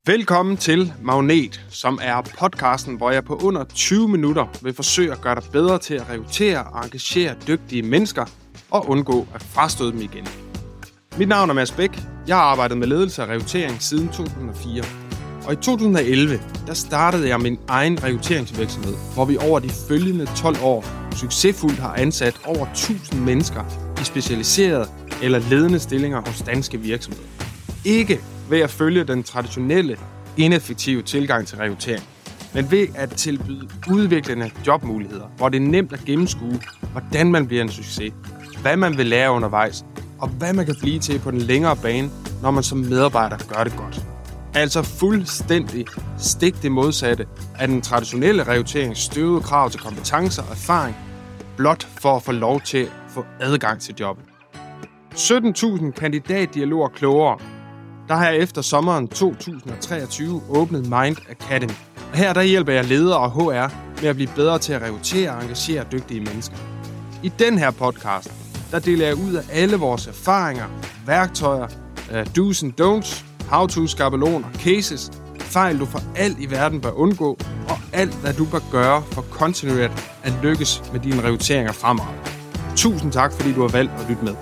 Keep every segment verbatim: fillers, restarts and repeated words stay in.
Velkommen til Magnet, som er podcasten, hvor jeg på under tyve minutter vil forsøge at gøre dig bedre til at rekruttere og engagere dygtige mennesker og undgå at frastøde dem igen. Mit navn er Mads Bæk. Jeg har arbejdet med ledelse og rekruttering siden to tusind og fire. Og i to tusind og elleve, der startede jeg min egen rekrutteringsvirksomhed, hvor vi over de følgende tolv år succesfuldt har ansat over tusind mennesker i specialiserede eller ledende stillinger hos danske virksomheder. Ikke ved at følge den traditionelle, ineffektive tilgang til rekruttering, men ved at tilbyde udviklende jobmuligheder, hvor det er nemt at gennemskue, hvordan man bliver en succes, hvad man vil lære undervejs, og hvad man kan blive til på den længere bane, når man som medarbejder gør det godt. Altså fuldstændig stik det modsatte af den traditionelle rekrutterings støvede krav til kompetencer og erfaring, blot for at få lov til at få adgang til jobbet. sytten tusind kandidatdialoger klogere. Der har jeg efter sommeren to tusind og treogtyve åbnet Mind Academy. Og her der hjælper jeg ledere og H R med at blive bedre til at rekruttere og engagere dygtige mennesker. I den her podcast, der deler jeg ud af alle vores erfaringer, værktøjer, do's and don'ts, how-to, skabeloner, cases, fejl du for alt i verden bør undgå, og alt hvad du bør gøre for kontinuerligt at lykkes med dine rekrutteringer fremadrettet. Tusind tak, fordi du har valgt at lytte med.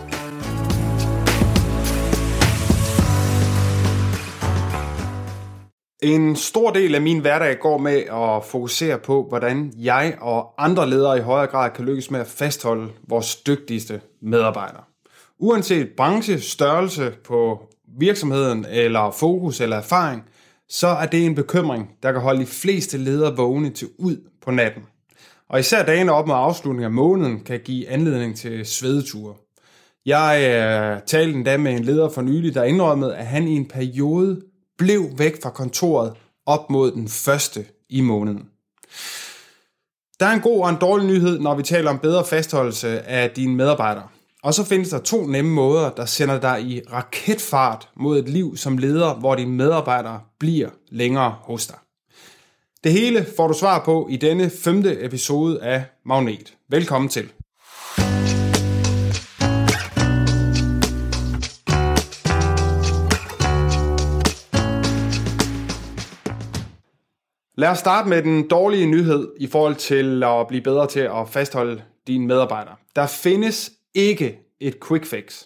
En stor del af min hverdag går med at fokusere på, hvordan jeg og andre ledere i højere grad kan lykkes med at fastholde vores dygtigste medarbejdere. Uanset branche, størrelse på virksomheden eller fokus eller erfaring, så er det en bekymring, der kan holde de fleste ledere vågne til ud på natten. Og især dagene op mod afslutningen af måneden kan give anledning til svedeture. Jeg øh, talte endda med en leder for nylig, der indrømmede, at han i en periode blev væk fra kontoret op mod den første i måneden. Der er en god og en dårlig nyhed, når vi taler om bedre fastholdelse af dine medarbejdere. Og så findes der to nemme måder, der sender dig i raketfart mod et liv som leder, hvor dine medarbejdere bliver længere hos dig. Det hele får du svar på i denne femte episode af Magnet. Velkommen til. Lad os starte med den dårlige nyhed i forhold til at blive bedre til at fastholde dine medarbejdere. Der findes ikke et quick fix.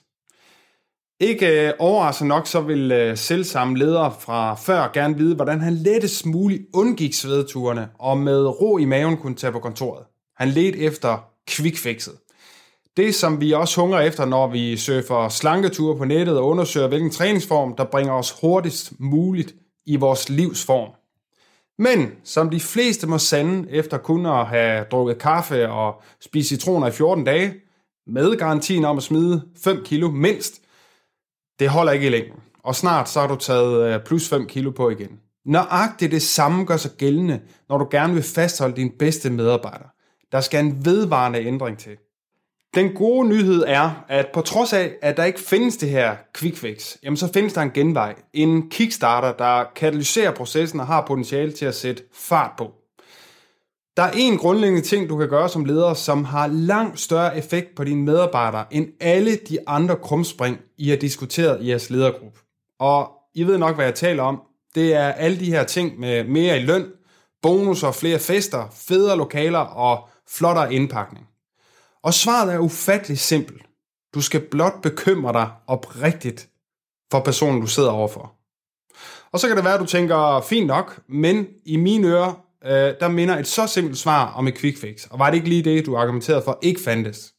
Ikke overraskende nok, så vil selvsamme ledere fra før gerne vide, hvordan han lettest muligt undgik svedeturene og med ro i maven kunne tage på kontoret. Han ledte efter quick fixet. Det, som vi også hungrer efter, når vi surfer slanketure på nettet og undersøger, hvilken træningsform, der bringer os hurtigst muligt i vores livsform. Men som de fleste må sande efter kun at have drukket kaffe og spist citroner i fjorten dage, med garantien om at smide fem kilo mindst, det holder ikke i længden. Og snart så har du taget plus fem kilo på igen. Nøjagtigt det samme gør sig gældende, når du gerne vil fastholde dine bedste medarbejdere. Der skal en vedvarende ændring til. Den gode nyhed er, at på trods af, at der ikke findes det her quick fix, jamen så findes der en genvej. En kickstarter, der katalyserer processen og har potentiale til at sætte fart på. Der er en grundlæggende ting, du kan gøre som leder, som har langt større effekt på dine medarbejdere, end alle de andre krumspring, I har diskuteret i jeres ledergruppe. Og I ved nok, hvad jeg taler om. Det er alle de her ting med mere i løn, bonusser, flere fester, federe lokaler og flottere indpakning. Og svaret er ufattelig simpelt. Du skal blot bekymre dig oprigtigt for personen, du sidder overfor. Og så kan det være, at du tænker, fint nok, men i mine ører, øh, der minder et så simpelt svar om et quick fix. Og var det ikke lige det, du argumenterede for, ikke fandtes?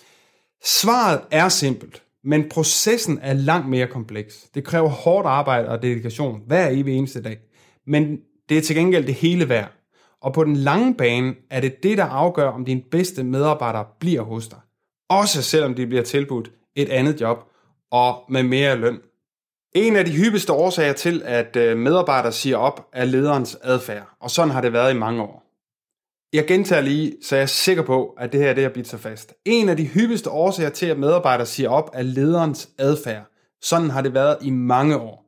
Svaret er simpelt, men processen er langt mere kompleks. Det kræver hårdt arbejde og dedikation hver evig eneste dag. Men det er til gengæld det hele værd. Og på den lange bane er det det, der afgør, om dine bedste medarbejdere bliver hos dig. Også selvom de bliver tilbudt et andet job og med mere løn. En af de hyppigste årsager til, at medarbejdere siger op, er lederens adfærd. Og sådan har det været i mange år. Jeg gentager lige, så jeg er sikker på, at det her det har bidt sig fast. En af de hyppigste årsager til, at medarbejdere siger op, er lederens adfærd. Sådan har det været i mange år.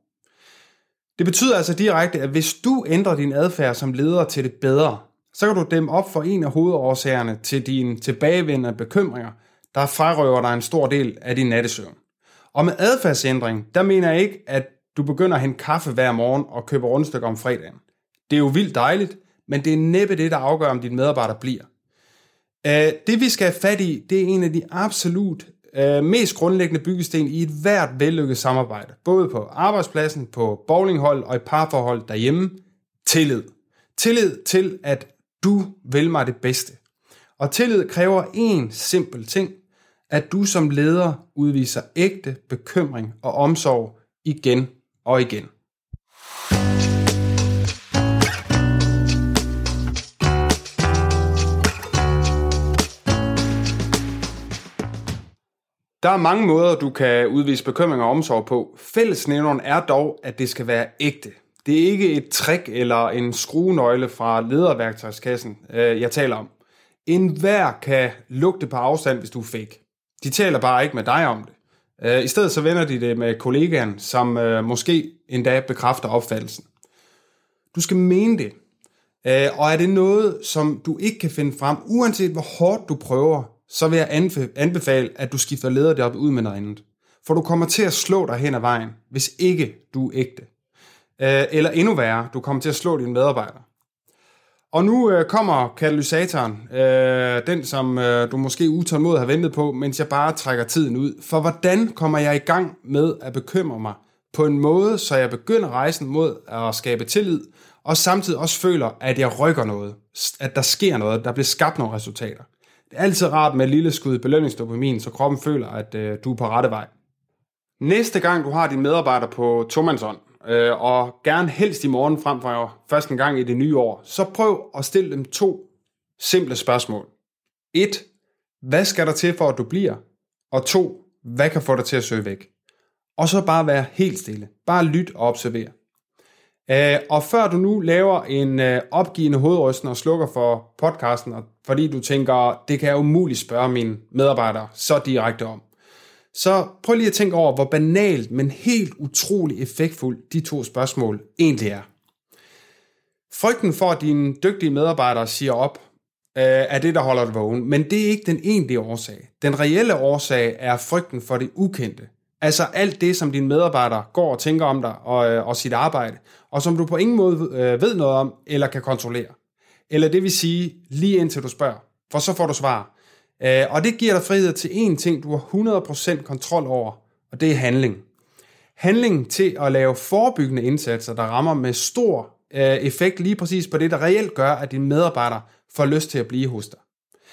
Det betyder altså direkte, at hvis du ændrer din adfærd som leder til det bedre, så kan du dæmme op for en af hovedårsagerne til dine tilbagevendende bekymringer, der frarøver dig en stor del af din nattesøvn. Og med adfærdsændring, der mener jeg ikke, at du begynder at hente kaffe hver morgen og køber rundstykker om fredagen. Det er jo vildt dejligt, men det er næppe det, der afgør, om dit medarbejder bliver. Det vi skal have fat i, det er en af de absolut mest grundlæggende byggesten i et hvert vellykket samarbejde. Både på arbejdspladsen, på bowlinghold og i parforhold derhjemme. Tillid. Tillid til, at du vil mig det bedste. Og tillid kræver en simpel ting, at du som leder udviser ægte bekymring og omsorg igen og igen. Der er mange måder, du kan udvise bekymring og omsorg på. Fællesnævneren er dog, at det skal være ægte. Det er ikke et trick eller en skruenøgle fra lederværktøjskassen, jeg taler om. Enhver kan lugte på afstand, hvis du er fake. De taler bare ikke med dig om det. I stedet så vender de det med kollegaen, som måske endda bekræfter opfattelsen. Du skal mene det. Og er det noget, som du ikke kan finde frem, uanset hvor hårdt du prøver, så vil jeg anbefale, at du skifter lederjob ud med noget andet. For du kommer til at slå dig hen ad vejen, hvis ikke du er ægte. Eller endnu værre, du kommer til at slå dine medarbejdere. Og nu kommer katalysatoren, den som du måske utålmodigt har ventet på, mens jeg bare trækker tiden ud. For hvordan kommer jeg i gang med at bekymre mig på en måde, så jeg begynder rejsen mod at skabe tillid, og samtidig også føler, at jeg rykker noget, at der sker noget, der bliver skabt nogle resultater. Det er altid rart med et lille skud belønningsdopamin, så kroppen føler, at øh, du er på rette vej. Næste gang du har dine medarbejdere på tomandshånd, øh, og gerne helst i morgen frem for første gang i det nye år, så prøv at stille dem to simple spørgsmål. et. Hvad skal der til for, at du bliver? Og to. Hvad kan få dig til at søge væk? Og så bare være helt stille. Bare lyt og observer. Uh, og før du nu laver en uh, opgivende hovedrysten og slukker for podcasten, fordi du tænker, det kan jeg umuligt spørge mine medarbejdere så direkte om, så prøv lige at tænke over, hvor banalt, men helt utrolig effektfuldt de to spørgsmål egentlig er. Frygten for, at dine dygtige medarbejdere siger op, uh, er det, der holder dig vågen, men det er ikke den egentlige årsag. Den reelle årsag er frygten for det ukendte. Altså alt det, som dine medarbejdere går og tænker om dig og, og sit arbejde, og som du på ingen måde øh, ved noget om, eller kan kontrollere. Eller det vil sige, lige indtil du spørger, for så får du svar. Øh, og det giver dig frihed til én ting, du har hundrede procent kontrol over, og det er handling. Handling til at lave forebyggende indsatser, der rammer med stor øh, effekt lige præcis på det, der reelt gør, at dine medarbejdere får lyst til at blive hos dig.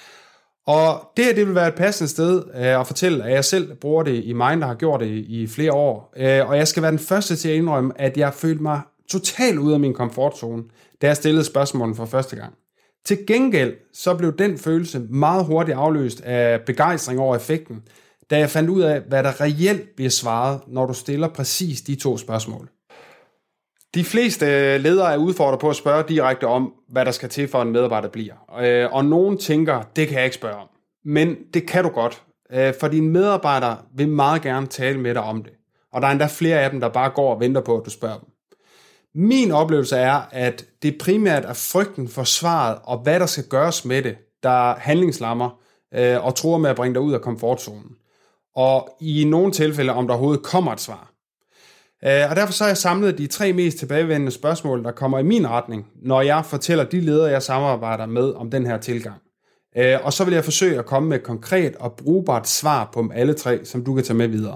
Og det her, det vil være et passende sted øh, at fortælle, at jeg selv bruger det i Mind, der har gjort det i flere år. Øh, og jeg skal være den første til at indrømme, at jeg følte mig totalt ude af min komfortzone, da jeg stillede spørgsmålene for første gang. Til gengæld, så blev den følelse meget hurtigt afløst af begejstring over effekten, da jeg fandt ud af, hvad der reelt bliver svaret, når du stiller præcis de to spørgsmål. De fleste ledere er udfordret på at spørge direkte om, hvad der skal til for en medarbejder bliver. Og nogen tænker, det kan jeg ikke spørge om. Men det kan du godt, for dine medarbejdere vil meget gerne tale med dig om det. Og der er endda flere af dem, der bare går og venter på, at du spørger dem. Min oplevelse er, at det primært er frygten for svaret og hvad der skal gøres med det, der handlingslammer og truer med at bringe dig ud af komfortzonen. Og i nogle tilfælde, om der overhovedet kommer et svar. Og derfor så har jeg samlet de tre mest tilbagevendende spørgsmål, der kommer i min retning, når jeg fortæller de ledere, jeg samarbejder med om den her tilgang. Og så vil jeg forsøge at komme med et konkret og brugbart svar på dem alle tre, som du kan tage med videre.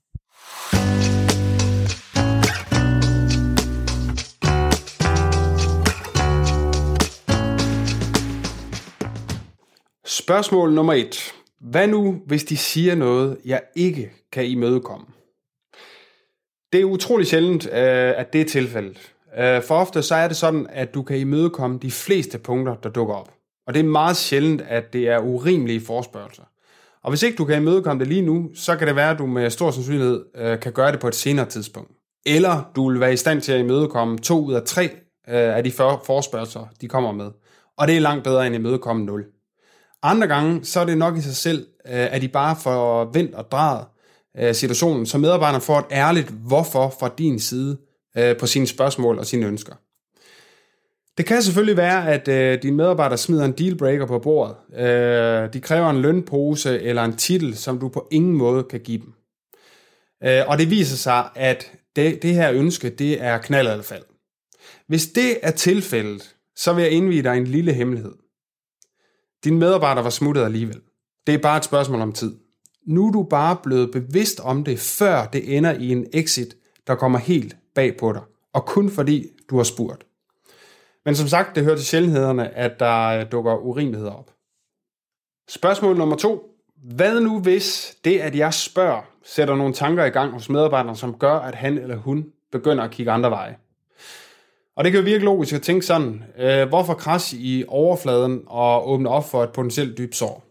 Spørgsmål nummer et. Hvad nu, hvis de siger noget, jeg ikke kan imødekomme? Det er utrolig sjældent, at det er tilfældet. For ofte så er det sådan, at du kan imødekomme de fleste punkter, der dukker op. Og det er meget sjældent, at det er urimelige forespørgelser. Og hvis ikke du kan imødekomme det lige nu, så kan det være, at du med stor sandsynlighed kan gøre det på et senere tidspunkt. Eller du vil være i stand til at imødekomme to ud af tre af de forespørgelser, de kommer med. Og det er langt bedre end imødekomme nul. Andre gange, så er det nok i sig selv, at de bare får vendt og drejet situationen, så medarbejderne får et ærligt hvorfor fra din side på sine spørgsmål og sine ønsker. Det kan selvfølgelig være, at øh, dine medarbejdere smider en dealbreaker på bordet. Øh, de kræver en lønpose eller en titel, som du på ingen måde kan give dem. Øh, og det viser sig, at det, det her ønske, det er knald eller fald. Hvis det er tilfældet, så vil jeg indvie dig en lille hemmelighed. Din medarbejder var smuttet alligevel. Det er bare et spørgsmål om tid. Nu er du bare blevet bevidst om det, før det ender i en exit, der kommer helt bag på dig. Og kun fordi du har spurgt. Men som sagt, det hører til sjældenhederne, at der dukker urimeligheder op. Spørgsmål nummer to. Hvad nu hvis det, at jeg spørger, sætter nogle tanker i gang hos medarbejderen, som gør, at han eller hun begynder at kigge andre veje? Og det kan jo virke logisk at tænke sådan, øh, hvorfor krasse i overfladen og åbne op for et potentielt dybt sår?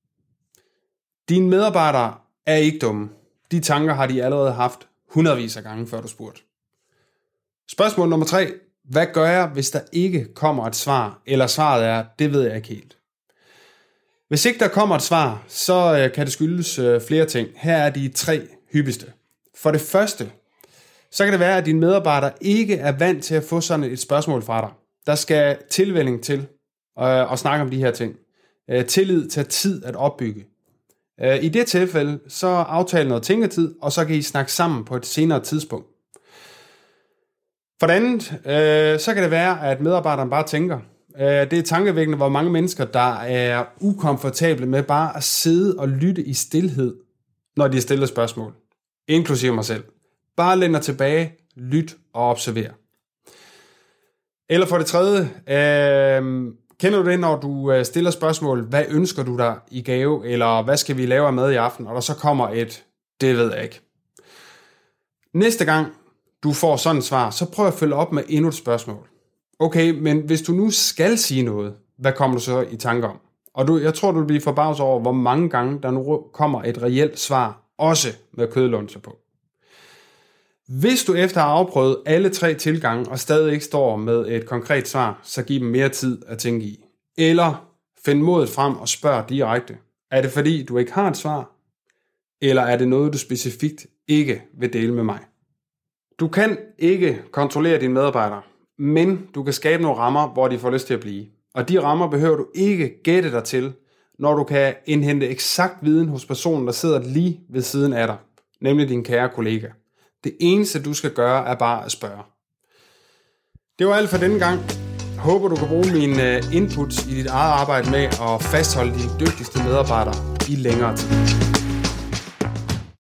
Dine medarbejdere er ikke dumme. De tanker har de allerede haft hundredvis af gange, før du spurgte. Spørgsmål nummer tre. Hvad gør jeg, hvis der ikke kommer et svar, eller svaret er, det ved jeg ikke helt? Hvis ikke der kommer et svar, så kan det skyldes flere ting. Her er de tre hyppigste. For det første, så kan det være, at dine medarbejdere ikke er vant til at få sådan et spørgsmål fra dig. Der skal tilvænning til at, at snakke om de her ting. Tillid tager tid at opbygge. I det tilfælde, så aftal noget tænketid, og så kan I snakke sammen på et senere tidspunkt. For det andet, så kan det være, at medarbejderen bare tænker. Det er tankevækkende, hvor mange mennesker, der er ukomfortable med bare at sidde og lytte i stilhed, når de stiller spørgsmål. Inklusive mig selv. Bare læn dig tilbage, lyt og observer. Eller for det tredje, øh, kender du det, når du stiller spørgsmål, hvad ønsker du dig i gave, eller hvad skal vi lave af mad i aften, og der så kommer et, det ved jeg ikke. Næste gang du får sådan et svar, så prøv at følge op med endnu et spørgsmål. Okay, men hvis du nu skal sige noget, hvad kommer du så i tanke om? Og du, jeg tror, du vil blive forbavset over, hvor mange gange der nu kommer et reelt svar, også med kødlunser på. Hvis du efter at have afprøvet alle tre tilgange, og stadig ikke står med et konkret svar, så giv dem mere tid at tænke i. Eller find modet frem og spørg direkte. Er det fordi, du ikke har et svar? Eller er det noget, du specifikt ikke vil dele med mig? Du kan ikke kontrollere dine medarbejdere, men du kan skabe nogle rammer, hvor de får lyst til at blive. Og de rammer behøver du ikke gætte dig til, når du kan indhente eksakt viden hos personen, der sidder lige ved siden af dig, nemlig din kære kollega. Det eneste, du skal gøre, er bare at spørge. Det var alt for denne gang. Håber, du kan bruge mine inputs i dit eget arbejde med at fastholde de dygtigste medarbejdere i længere tid.